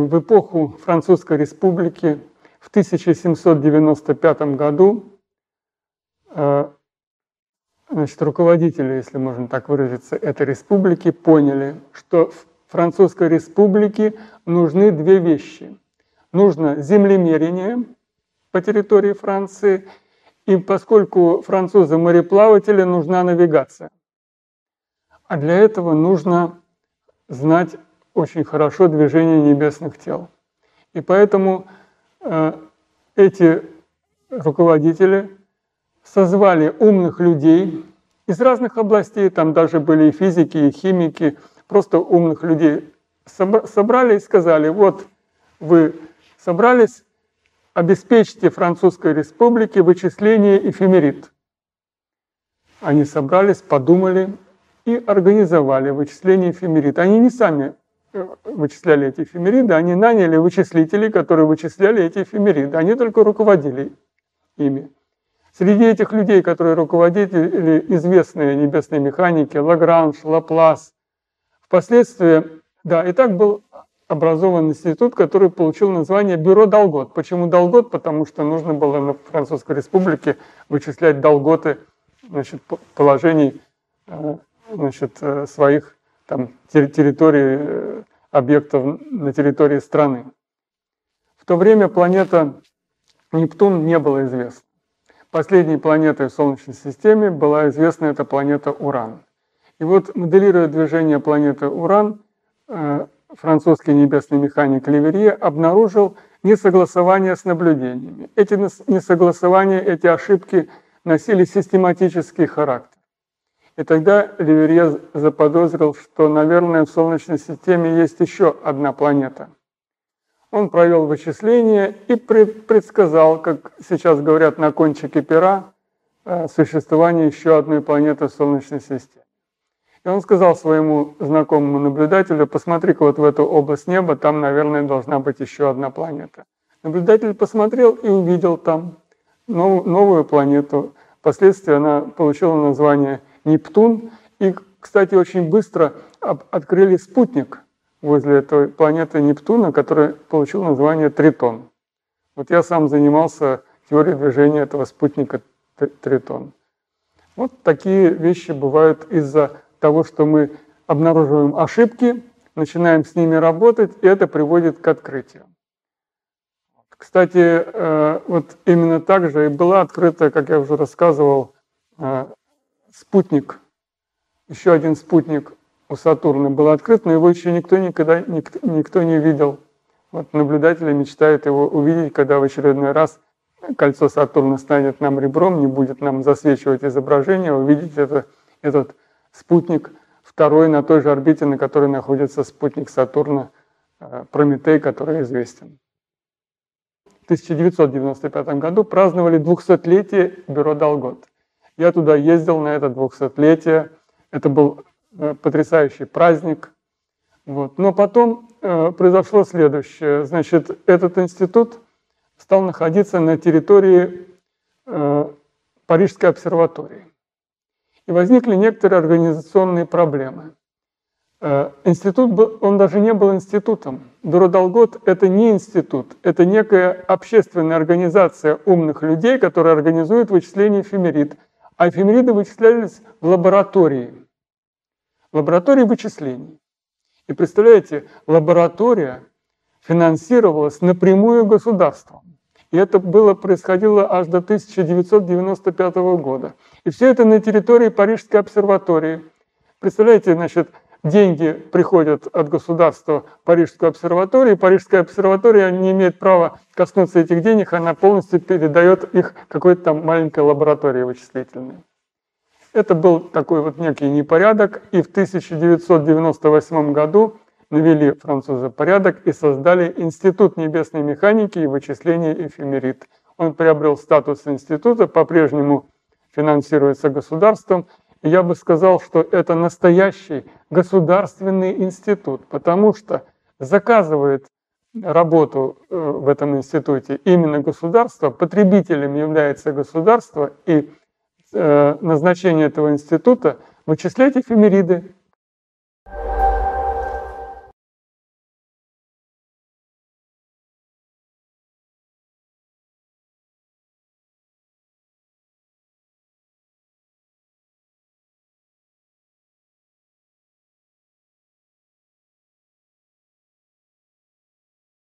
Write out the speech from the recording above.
в эпоху Французской Республики в 1795 году руководители, если можно так выразиться, этой республики поняли, что в Французской Республике нужны две вещи. Нужно землемерение по территории Франции, и поскольку французы мореплаватели, нужна навигация. А для этого нужно знать очень хорошо движение небесных тел. И поэтому эти руководители созвали умных людей из разных областей, там даже были и физики, и химики, просто умных людей собрали и сказали: вот вы собрались, обеспечьте Французской Республике вычисление эфемерид. Они собрались, подумали и организовали вычисление эфемерид. Они не сами вычисляли эти эфемериды, они наняли вычислителей, которые вычисляли эти эфемериды. Они только руководили ими. Среди этих людей, которые руководили, известные небесные механики, Лагранж, Лаплас. Впоследствии, да, и так был образован институт, который получил название Бюро Долгот. Почему Долгот? Потому что нужно было на Французской Республике вычислять долготы, значит, положений, значит, своих там территорий, объектов на территории страны. В то время планета Нептун не была известна. Последней планетой в Солнечной системе была известна эта планета Уран. И вот, моделируя движение планеты Уран, французский небесный механик Леверье обнаружил несогласование с наблюдениями. Эти несогласования, эти ошибки носили систематический характер. И тогда Леверье заподозрил, что, наверное, в Солнечной системе есть еще одна планета. Он провел вычисления и предсказал, как сейчас говорят на кончике пера, существование еще одной планеты в Солнечной системе. И он сказал своему знакомому наблюдателю: посмотри-ка вот в эту область неба, там, наверное, должна быть еще одна планета. Наблюдатель посмотрел и увидел там новую планету. Впоследствии она получила название Нептун. И, кстати, очень быстро открыли спутник возле этой планеты Нептуна, который получил название Тритон. Вот я сам занимался теорией движения этого спутника Тритон. Вот такие вещи бывают из-за того, что мы обнаруживаем ошибки, начинаем с ними работать, и это приводит к открытию. Кстати, вот именно так же и была открыта, как я уже рассказывал, спутник, еще один спутник у Сатурна был открыт, но его еще никто не видел. Вот наблюдатели мечтают его увидеть, когда в очередной раз кольцо Сатурна станет нам ребром, не будет нам засвечивать изображение, увидеть этот спутник, второй на той же орбите, на которой находится спутник Сатурна Прометей, который известен. В 1995 году праздновали 200-летие Бюро Долгот. Я туда ездил на это 200-летие. Это был потрясающий праздник. Вот. Но потом произошло следующее. Значит, этот институт стал находиться на территории Парижской обсерватории. И возникли некоторые организационные проблемы. Институт, он даже не был институтом. Бюро Долгот — это не институт, это некая общественная организация умных людей, которая организует вычисление эфемерид. А эфемериды вычислялись в лаборатории вычислений. И представляете, лаборатория финансировалась напрямую государством. И это происходило аж до 1995 года. И все это на территории Парижской обсерватории. Представляете, значит, деньги приходят от государства в Парижскую обсерваторию, и Парижская обсерватория не имеет права коснуться этих денег, она полностью передает их какой-то там маленькой лаборатории вычислительной. Это был такой вот некий непорядок, и в 1998 году навели французы порядок и создали Институт небесной механики и вычисления эфемерид. Он приобрел статус института, по-прежнему финансируется государством. И я бы сказал, что это настоящий государственный институт, потому что заказывает работу в этом институте именно государство, потребителем является государство, и назначение этого института — вычислять эфемериды